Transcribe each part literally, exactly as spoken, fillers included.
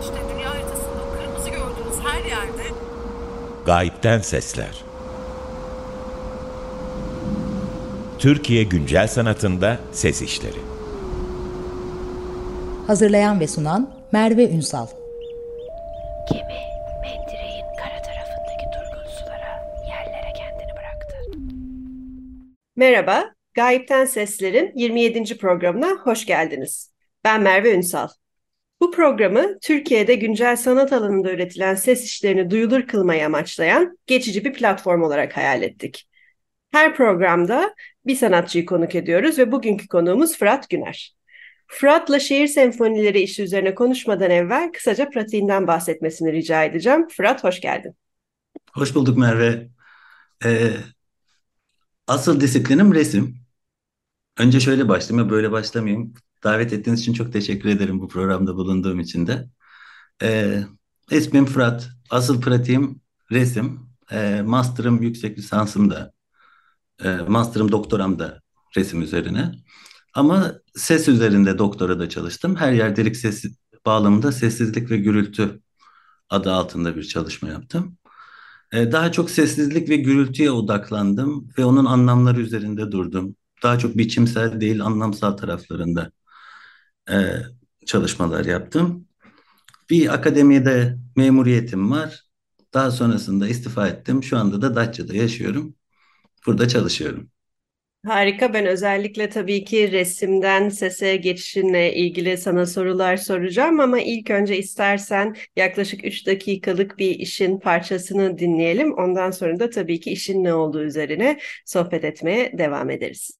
İşte dünya haritasında o kırmızı gördüğünüz her yerde Gayipten Sesler. Türkiye Güncel Sanatında Ses İşleri. Hazırlayan ve sunan Merve Ünsal. Gemi mendireğin kara tarafındaki durgun sulara, yerlere kendini bıraktı. Merhaba, Gayipten Sesler'in yirmi yedinci programına hoş geldiniz. Ben Merve Ünsal. Bu programı Türkiye'de güncel sanat alanında üretilen ses işlerini duyulur kılmayı amaçlayan geçici bir platform olarak hayal ettik. Her programda bir sanatçıyı konuk ediyoruz ve bugünkü konuğumuz Fırat Güner. Fırat'la şehir senfonileri işi üzerine konuşmadan evvel kısaca pratiğinden bahsetmesini rica edeceğim. Fırat, hoş geldin. Hoş bulduk Merve. Ee, asıl disiplinim resim. Önce şöyle başlayayım, böyle başlamayayım. Davet ettiğiniz için çok teşekkür ederim bu programda bulunduğum için de. Ee, ismim Fırat. Asıl pratiğim resim. Ee, master'ım, yüksek lisansım da, e, master'ım, doktoram da resim üzerine. Ama ses üzerinde doktora da çalıştım. Her yer delik ses bağlamında sessizlik ve gürültü adı altında bir çalışma yaptım. Ee, Daha çok sessizlik ve gürültüye odaklandım ve onun anlamları üzerinde durdum. Daha çok biçimsel değil, anlamsal taraflarında e, çalışmalar yaptım. Bir akademide memuriyetim var. Daha sonrasında istifa ettim. Şu anda da Datça'da yaşıyorum. Burada çalışıyorum. Harika. Ben özellikle tabii ki resimden sese geçişinle ilgili sana sorular soracağım ama ilk önce istersen yaklaşık üç dakikalık bir işin parçasını dinleyelim. Ondan sonra da tabii ki işin ne olduğu üzerine sohbet etmeye devam ederiz.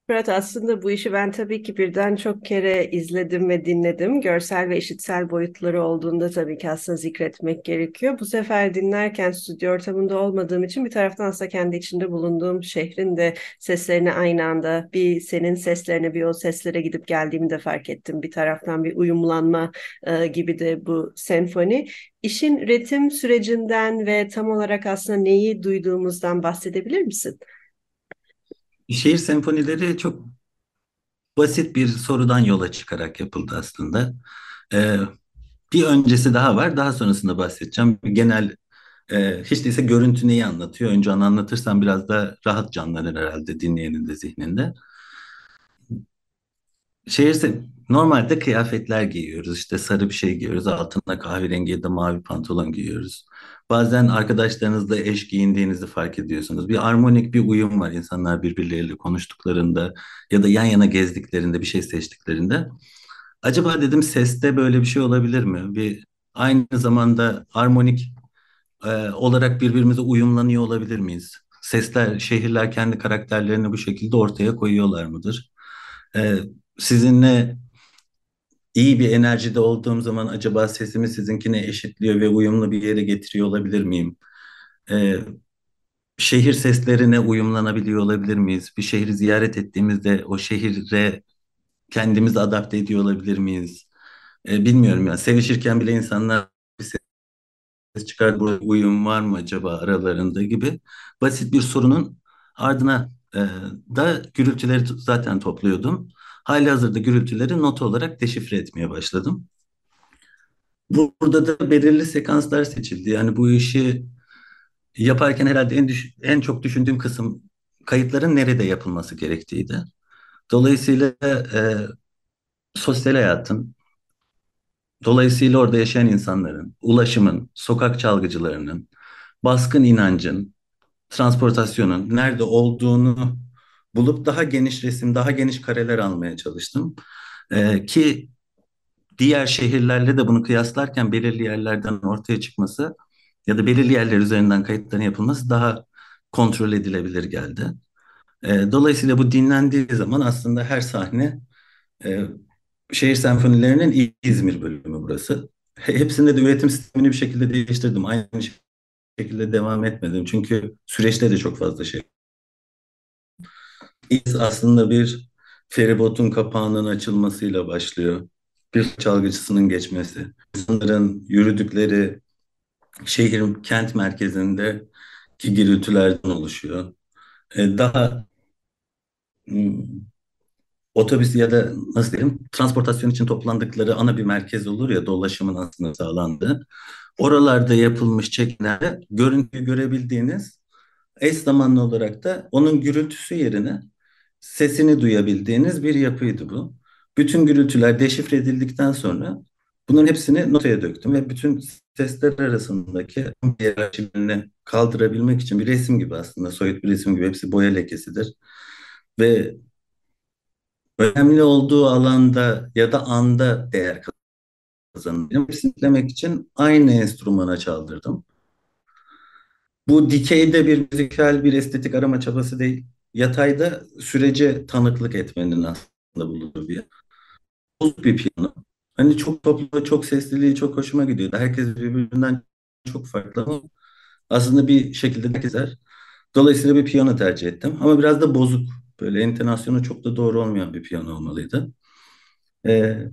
Fırat, aslında bu işi ben tabii ki birden çok kere izledim ve dinledim. Görsel ve işitsel boyutları olduğunda tabii ki aslında zikretmek gerekiyor. Bu sefer dinlerken stüdyo ortamında olmadığım için bir taraftan aslında kendi içinde bulunduğum şehrin de seslerini aynı anda bir senin seslerine bir o seslere gidip geldiğimi de fark ettim. Bir taraftan bir uyumlanma e, gibi de bu senfoni. İşin ritim sürecinden ve tam olarak aslında neyi duyduğumuzdan bahsedebilir misin? Şehir senfonileri çok basit bir sorudan yola çıkarak yapıldı aslında. Ee, Bir öncesi daha var. Daha sonrasında bahsedeceğim. Genel e, hiç değilse görüntü neyi anlatıyor? Önce onu anlatırsam biraz da rahat canlanır herhalde dinleyenin de zihninde. Şehirse normalde kıyafetler giyiyoruz. İşte sarı bir şey giyiyoruz. Altına kahverengi ya da mavi pantolon giyiyoruz. Bazen arkadaşlarınızla eş giyindiğinizi fark ediyorsunuz. Bir armonik bir uyum var insanlar birbirleriyle konuştuklarında ya da yan yana gezdiklerinde bir şey seçtiklerinde. Acaba dedim seste böyle bir şey olabilir mi? Bir aynı zamanda armonik e, olarak birbirimize uyumlanıyor olabilir miyiz? Sesler, şehirler kendi karakterlerini bu şekilde ortaya koyuyorlar mıdır? E, Sizinle iyi bir enerjide olduğum zaman acaba sesimi sizinkine eşitliyor ve uyumlu bir yere getiriyor olabilir miyim? E, Şehir seslerine uyumlanabiliyor olabilir miyiz? Bir şehri ziyaret ettiğimizde o şehire kendimizi adapte ediyor olabilir miyiz? E, bilmiyorum ya. Sevişirken bile insanlar bir ses çıkar, burada uyum var mı acaba aralarında gibi basit bir sorunun ardına e, da gürültüleri t- zaten topluyordum. Halihazırda gürültüleri not olarak deşifre etmeye başladım. Burada da belirli sekanslar seçildi. Yani bu işi yaparken herhalde en düş- en çok düşündüğüm kısım kayıtların nerede yapılması gerektiğiydi. Dolayısıyla e, sosyal hayatın, dolayısıyla orada yaşayan insanların, ulaşımın, sokak çalgıcılarının, baskın inancın, transportasyonun nerede olduğunu bulup daha geniş resim, daha geniş kareler almaya çalıştım. Ee, ki diğer şehirlerle de bunu kıyaslarken belirli yerlerden ortaya çıkması ya da belirli yerler üzerinden kayıtların yapılması daha kontrol edilebilir geldi. Ee, dolayısıyla bu dinlendiği zaman aslında her sahne e, şehir senfonilerinin İzmir bölümü burası. He- Hepsinde de üretim sistemini bir şekilde değiştirdim. Aynı şekilde devam etmedim. Çünkü süreçte de çok fazla şey. İz aslında bir feribotun kapağının açılmasıyla başlıyor. Bir çalgıcısının geçmesi. İnsanların yürüdükleri şehir, kent merkezindeki gürültülerden oluşuyor. E, daha hmm, otobüs ya da nasıl diyeyim transportasyon için toplandıkları ana bir merkez olur ya dolaşımın aslında sağlandığı. Oralarda yapılmış çekimlerde görüntüyü görebildiğiniz eş zamanlı olarak da onun gürültüsü yerine sesini duyabildiğiniz bir yapıydı bu. Bütün gürültüler deşifre edildikten sonra bunun hepsini notaya döktüm ve bütün sesler arasındaki hiyerarşilerini kaldırabilmek için bir resim gibi aslında soyut bir resim gibi hepsi boya lekesidir. Ve önemli olduğu alanda ya da anda değer kazanır. Hepsini dinlemek için aynı enstrümana çaldırdım. Bu dikeyde bir müzikal bir estetik arama çabası değil. Yatayda sürece tanıklık etmenin aslında bulunduğu bir yer. Bozuk bir piyano. Hani çok toplu, çok sesliliği çok hoşuma gidiyor. Herkes birbirinden çok farklı ama aslında bir şekilde herkesler. Dolayısıyla bir piyano tercih ettim. Ama biraz da bozuk. Böyle entonasyonu çok da doğru olmayan bir piyano olmalıydı. Ee,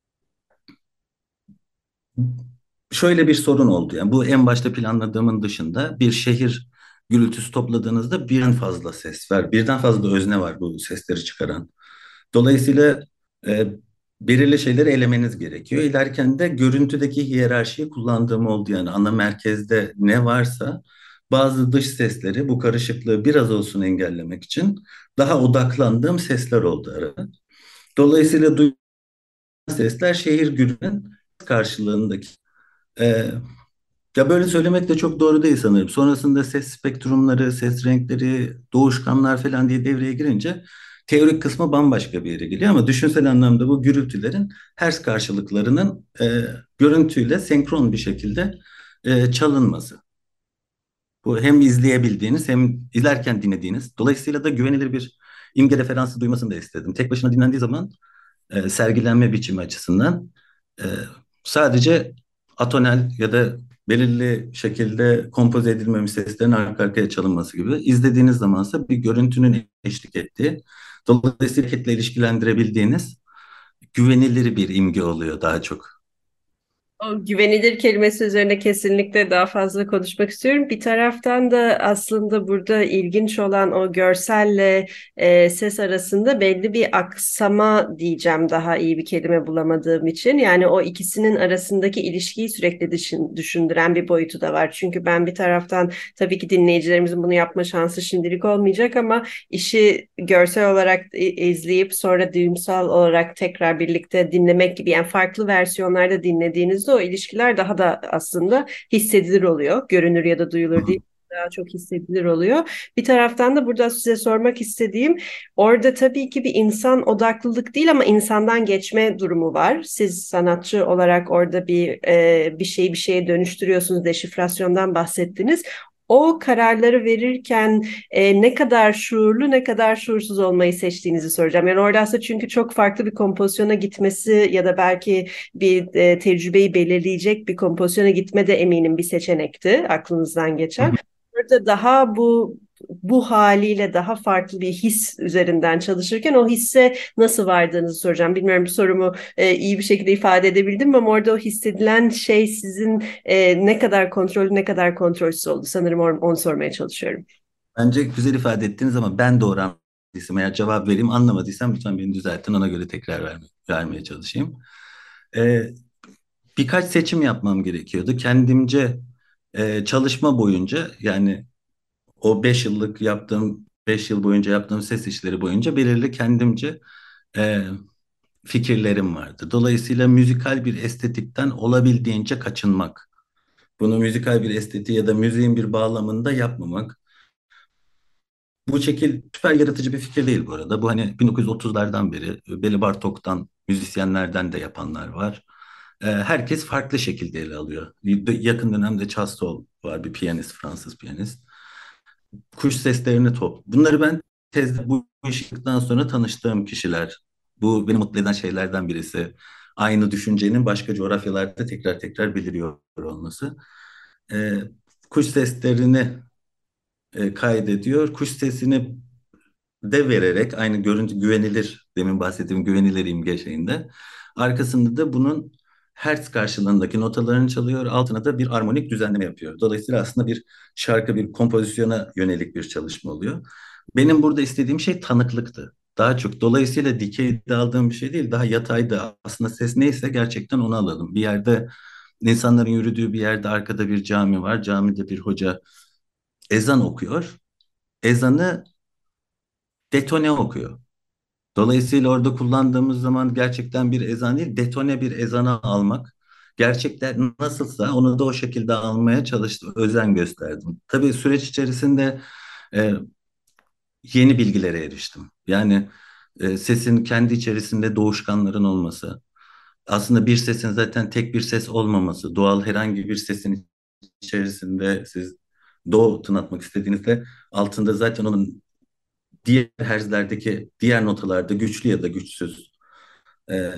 Şöyle bir sorun oldu. Yani bu en başta planladığımın dışında bir şehir gürültüsü topladığınızda birden fazla ses var. Birden fazla özne var bu sesleri çıkaran. Dolayısıyla e, belirli şeyleri elemeniz gerekiyor. İlerken de görüntüdeki hiyerarşiyi kullandığım oldu. Yani ana merkezde ne varsa bazı dış sesleri bu karışıklığı biraz olsun engellemek için daha odaklandığım sesler oldu arada. Dolayısıyla duyulan sesler şehir gürültünün karşılığındaki ee, ya böyle söylemek de çok doğru değil sanırım. Sonrasında ses spektrumları, ses renkleri, doğuşkanlar falan diye devreye girince teorik kısmı bambaşka bir yere geliyor ama düşünsel anlamda bu gürültülerin hertz karşılıklarının e, görüntüyle senkron bir şekilde e, çalınması. Bu hem izleyebildiğiniz hem izlerken dinlediğiniz. Dolayısıyla da güvenilir bir imge referansı duymasını da istedim. Tek başına dinlendiği zaman e, sergilenme biçimi açısından e, sadece atonel ya da belirli şekilde kompoze edilmemiş seslerin arka arkaya çalınması gibi. İzlediğiniz zamansa bir görüntünün eşlik ettiği, dolayısıyla hareketle ilişkilendirebildiğiniz güvenilir bir imge oluyor daha çok. O güvenilir kelimesi üzerine kesinlikle daha fazla konuşmak istiyorum. Bir taraftan da aslında burada ilginç olan o görselle e, ses arasında belli bir aksama diyeceğim, daha iyi bir kelime bulamadığım için. Yani o ikisinin arasındaki ilişkiyi sürekli düşün, düşündüren bir boyutu da var. Çünkü ben bir taraftan, tabii ki dinleyicilerimizin bunu yapma şansı şimdilik olmayacak ama işi görsel olarak izleyip sonra duyumsal olarak tekrar birlikte dinlemek gibi, yani farklı versiyonlarda dinlediğinizde o ilişkiler daha da aslında hissedilir oluyor. Görünür ya da duyulur değil, daha çok hissedilir oluyor. Bir taraftan da burada size sormak istediğim, orada tabii ki bir insan odaklılık değil ama insandan geçme durumu var. Siz sanatçı olarak orada bir e, bir şeyi bir şeye dönüştürüyorsunuz. Deşifrasyondan bahsettiniz. O kararları verirken e, ne kadar şuurlu, ne kadar şuursuz olmayı seçtiğinizi soracağım. Yani orada aslında çünkü çok farklı bir kompozisyona gitmesi ya da belki bir e, tecrübeyi belirleyecek bir kompozisyona gitme de eminim bir seçenekti aklınızdan geçen. Burada daha bu bu haliyle daha farklı bir his üzerinden çalışırken o hisse nasıl vardığınızı soracağım. Bilmiyorum, sorumu e, iyi bir şekilde ifade edebildim mi, ama orada o hissedilen şey sizin e, ne kadar kontrollü, ne kadar kontrolsüz oldu. Sanırım onu, onu sormaya çalışıyorum. Bence güzel ifade ettiniz ama ben doğru anlamadıysam, eğer cevap vereyim, anlamadıysam lütfen beni düzeltin, ona göre tekrar verme, vermeye çalışayım. Ee, Birkaç seçim yapmam gerekiyordu. Kendimce e, çalışma boyunca, yani o beş yıllık yaptığım, beş yıl boyunca yaptığım ses işleri boyunca belirli kendimce e, fikirlerim vardı. Dolayısıyla müzikal bir estetikten olabildiğince kaçınmak. Bunu müzikal bir estetiği ya da müziğin bir bağlamında yapmamak. Bu şekil süper yaratıcı bir fikir değil bu arada. Bu hani bin dokuz yüz otuzlardan beri Beli Bartok'tan, müzisyenlerden de yapanlar var. Ee, herkes farklı şekilde ele alıyor. Yakın dönemde Chastel var, bir piyanist, Fransız piyanist. Kuş seslerini top. Bunları ben tezde bu iş yaptıktan sonra tanıştığım kişiler. Bu beni mutlu eden şeylerden birisi. Aynı düşüncenin başka coğrafyalarda tekrar tekrar beliriyor olması. Ee, Kuş seslerini e, kaydediyor. Kuş sesini de vererek, aynı görüntü güvenilir, demin bahsettiğim güvenilir imge şeyinde. Arkasında da bunun hertz karşılığındaki notalarını çalıyor. Altına da bir armonik düzenleme yapıyor. Dolayısıyla aslında bir şarkı, bir kompozisyona yönelik bir çalışma oluyor. Benim burada istediğim şey tanıklıktı. Daha çok. Dolayısıyla dikeyde aldığım bir şey değil, daha yatayda. Aslında ses neyse gerçekten onu alalım. Bir yerde, insanların yürüdüğü bir yerde, arkada bir cami var. Camide bir hoca ezan okuyor. Ezanı detone okuyor. Dolayısıyla orada kullandığımız zaman gerçekten bir ezan değil, detone bir ezana almak. Gerçekler nasılsa onu da o şekilde almaya çalıştım, özen gösterdim. Tabii süreç içerisinde e, yeni bilgilere eriştim. Yani e, sesin kendi içerisinde doğuşkanların olması, aslında bir sesin zaten tek bir ses olmaması, doğal herhangi bir sesin içerisinde siz do tınlatmak istediğinizde altında zaten onun diğer herzlerdeki diğer notalarda güçlü ya da güçsüz e,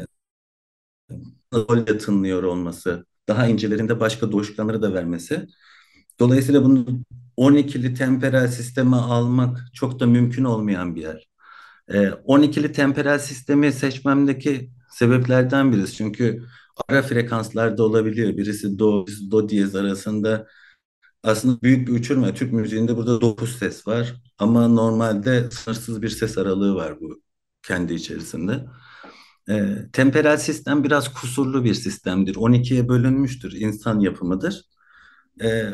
rol tınlıyor olması, daha incelerinde başka doğuşkanları da vermesi. Dolayısıyla bunu on ikili temperal sisteme almak çok da mümkün olmayan bir yer. E, on ikili temperal sistemi seçmemdeki sebeplerden birisi. Çünkü ara frekanslarda olabiliyor. Birisi do, birisi do diyez arasında aslında büyük bir uçurma. Türk müziğinde burada dokuz ses var. Ama normalde sınırsız bir ses aralığı var bu kendi içerisinde. E, temperal sistem biraz kusurlu bir sistemdir. on ikiye bölünmüştür. İnsan yapımıdır. E,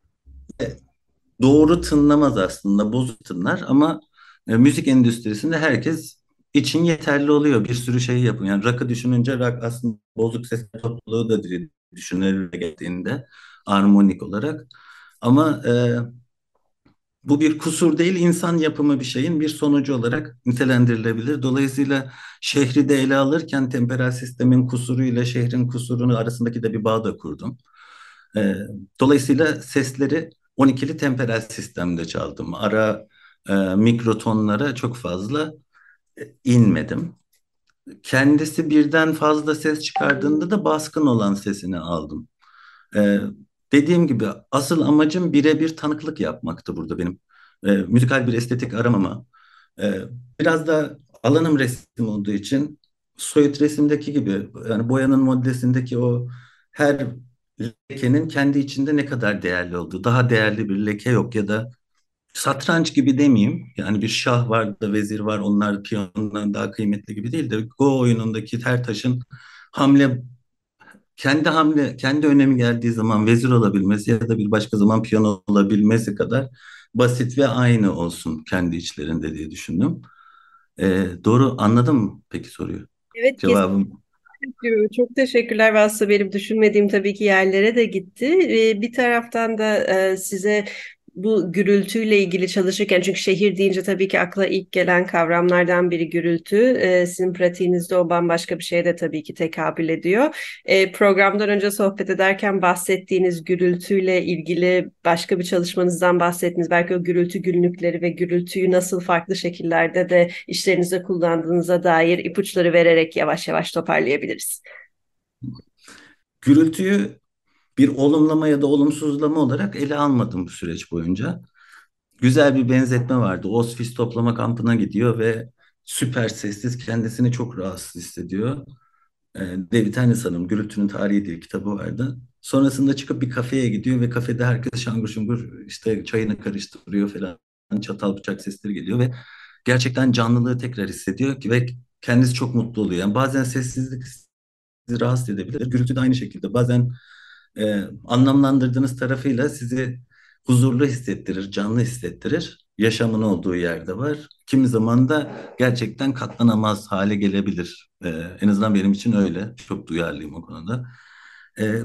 doğru tınlamaz aslında. Bozuk tınlar ama e, müzik endüstrisinde herkes için yeterli oluyor. Bir sürü şey yapın. Yani rock'ı düşününce rock aslında bozuk ses topluluğu da düşünülür geldiğinde armonik olarak. Ama e, bu bir kusur değil, insan yapımı bir şeyin bir sonucu olarak nitelendirilebilir. Dolayısıyla şehri de ele alırken temperal sistemin kusuruyla şehrin kusurunu arasındaki de bir bağ da kurdum. Ee, dolayısıyla sesleri on ikili temperal sistemde çaldım. Ara e, mikrotonlara çok fazla e, inmedim. Kendisi birden fazla ses çıkardığında da baskın olan sesini aldım. Ee, Dediğim gibi asıl amacım birebir tanıklık yapmaktı burada benim. Ee, müzikal bir estetik aramama. Ee, Biraz da alanım resim olduğu için soyut resimdeki gibi yani boyanın moddesindeki o her lekenin kendi içinde ne kadar değerli olduğu. Daha değerli bir leke yok ya da satranç gibi demeyeyim. Yani bir şah var da vezir var. Onlar piyondan daha kıymetli gibi değil de Go oyunundaki her taşın hamle kendi hamle kendi önemi geldiği zaman vezir olabilmesi ya da bir başka zaman piyon olabilmesi kadar basit ve aynı olsun kendi içlerinde diye düşündüm. Ee, doğru anladın mı peki soruyu? Evet, Cevabım. kesinlikle. Çok teşekkürler. Ve aslında benim düşünmediğim tabii ki yerlere de gitti. Ee, Bir taraftan da e, size bu gürültüyle ilgili çalışırken, çünkü şehir deyince tabii ki akla ilk gelen kavramlardan biri gürültü. Ee, sizin pratiğinizde o bambaşka bir şeye de tabii ki tekabül ediyor. Ee, programdan önce sohbet ederken bahsettiğiniz gürültüyle ilgili başka bir çalışmanızdan bahsettiniz. Belki o gürültü günlükleri ve gürültüyü nasıl farklı şekillerde de işlerinizde kullandığınıza dair ipuçları vererek yavaş yavaş toparlayabiliriz. Gürültüyü bir olumlama ya da olumsuzlama olarak ele almadım bu süreç boyunca. Güzel bir benzetme vardı. Auschwitz toplama kampına gidiyor ve süper sessiz kendisini çok rahatsız hissediyor. E, David Tennyson Gürültünün Tarihi diye kitabı vardı. Sonrasında çıkıp bir kafeye gidiyor ve kafede herkes şangır şungur işte çayını karıştırıyor falan. Çatal bıçak sesleri geliyor ve gerçekten canlılığı tekrar hissediyor ki ve kendisi çok mutlu oluyor. Yani bazen sessizlik sizi rahatsız edebilir. Gürültü de aynı şekilde. Bazen e, anlamlandırdığınız tarafıyla sizi huzurlu hissettirir, canlı hissettirir. Yaşamın olduğu yerde var. Kimi zaman da gerçekten katlanamaz hale gelebilir. E, en azından benim için öyle. Çok duyarlıyım o konuda. E,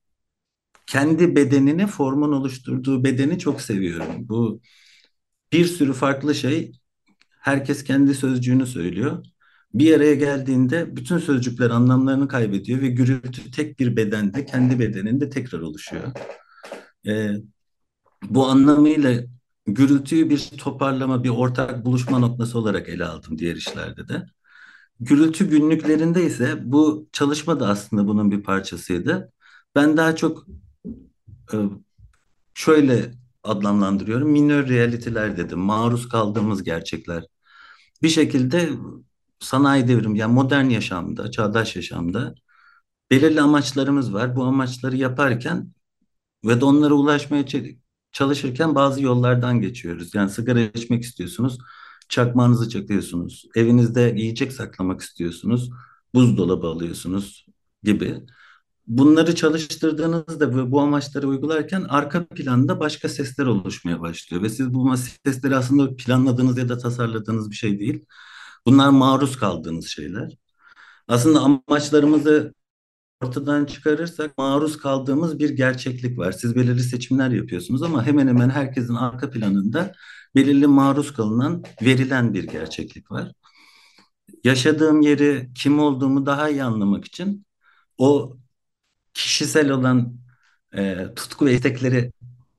Kendi bedenini, formun oluşturduğu bedeni çok seviyorum. Bu bir sürü farklı şey. Herkes kendi sözcüğünü söylüyor. Bir araya geldiğinde bütün sözcükler anlamlarını kaybediyor ve gürültü tek bir bedende, kendi bedeninde tekrar oluşuyor. Ee, Bu anlamıyla gürültüyü bir toparlama, bir ortak buluşma noktası olarak ele aldım diğer işlerde de. Gürültü günlüklerinde ise bu çalışma da aslında bunun bir parçasıydı. Ben daha çok e, şöyle adlandırıyorum, minor realiteler dedim, maruz kaldığımız gerçekler. Bir şekilde sanayi devrimi, yani modern yaşamda, çağdaş yaşamda belirli amaçlarımız var. Bu amaçları yaparken ve de onlara ulaşmaya ç- çalışırken bazı yollardan geçiyoruz. Yani sigara içmek istiyorsunuz, çakmağınızı çakıyorsunuz. Evinizde yiyecek saklamak istiyorsunuz, buzdolabı alıyorsunuz gibi. Bunları çalıştırdığınızda ve bu amaçları uygularken arka planda başka sesler oluşmaya başlıyor. Ve siz bu sesleri aslında planladığınız ya da tasarladığınız bir şey değil. Bunlar maruz kaldığınız şeyler. Aslında amaçlarımızı ortadan çıkarırsak maruz kaldığımız bir gerçeklik var. Siz belirli seçimler yapıyorsunuz ama hemen hemen herkesin arka planında belirli maruz kalınan, verilen bir gerçeklik var. Yaşadığım yeri, kim olduğumu daha iyi anlamak için o kişisel olan e, tutku ve istekleri,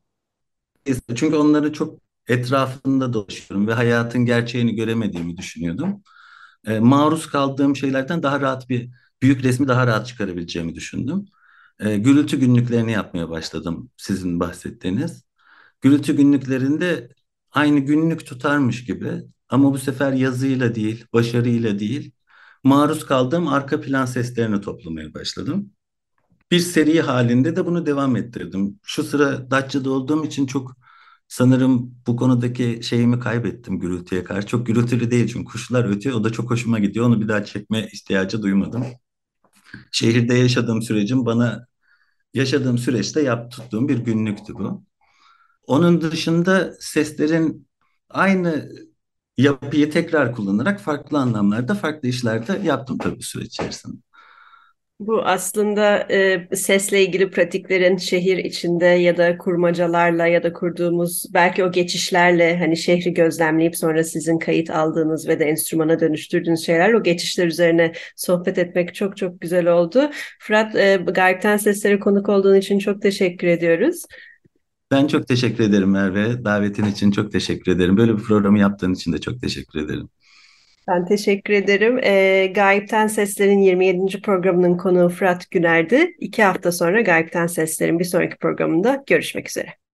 çünkü onları çok etrafında dolaşıyorum ve hayatın gerçeğini göremediğimi düşünüyordum. E, maruz kaldığım şeylerden daha rahat bir büyük resmi daha rahat çıkarabileceğimi düşündüm. E, gürültü günlüklerini yapmaya başladım sizin bahsettiğiniz. Gürültü günlüklerinde aynı günlük tutarmış gibi ama bu sefer yazıyla değil, başarıyla değil, maruz kaldığım arka plan seslerini toplamaya başladım. Bir seri halinde de bunu devam ettirdim. Şu sıra Datça'da olduğum için çok sanırım bu konudaki şeyimi kaybettim gürültüye karşı. Çok gürültülü değil çünkü kuşlar ötüyor. O da çok hoşuma gidiyor. Onu bir daha çekme ihtiyacı duymadım. Şehirde yaşadığım sürecim bana yaşadığım süreçte yap tuttuğum bir günlüktü bu. Onun dışında seslerin aynı yapıyı tekrar kullanarak farklı anlamlarda, farklı işlerde yaptım tabii bu süreç içerisinde. Bu aslında e, sesle ilgili pratiklerin şehir içinde ya da kurmacalarla ya da kurduğumuz belki o geçişlerle, hani şehri gözlemleyip sonra sizin kayıt aldığınız ve de enstrümana dönüştürdüğünüz şeyler, o geçişler üzerine sohbet etmek çok çok güzel oldu. Fırat, e, Gayipten Seslere konuk olduğun için çok teşekkür ediyoruz. Ben çok teşekkür ederim Merve. Davetin için çok teşekkür ederim. Böyle bir programı yaptığın için de çok teşekkür ederim. Ben teşekkür ederim. Ee, Gayipten Sesler'in yirmi yedinci programının konuğu Fırat Güner'di. İki hafta sonra Gayipten Sesler'in bir sonraki programında görüşmek üzere.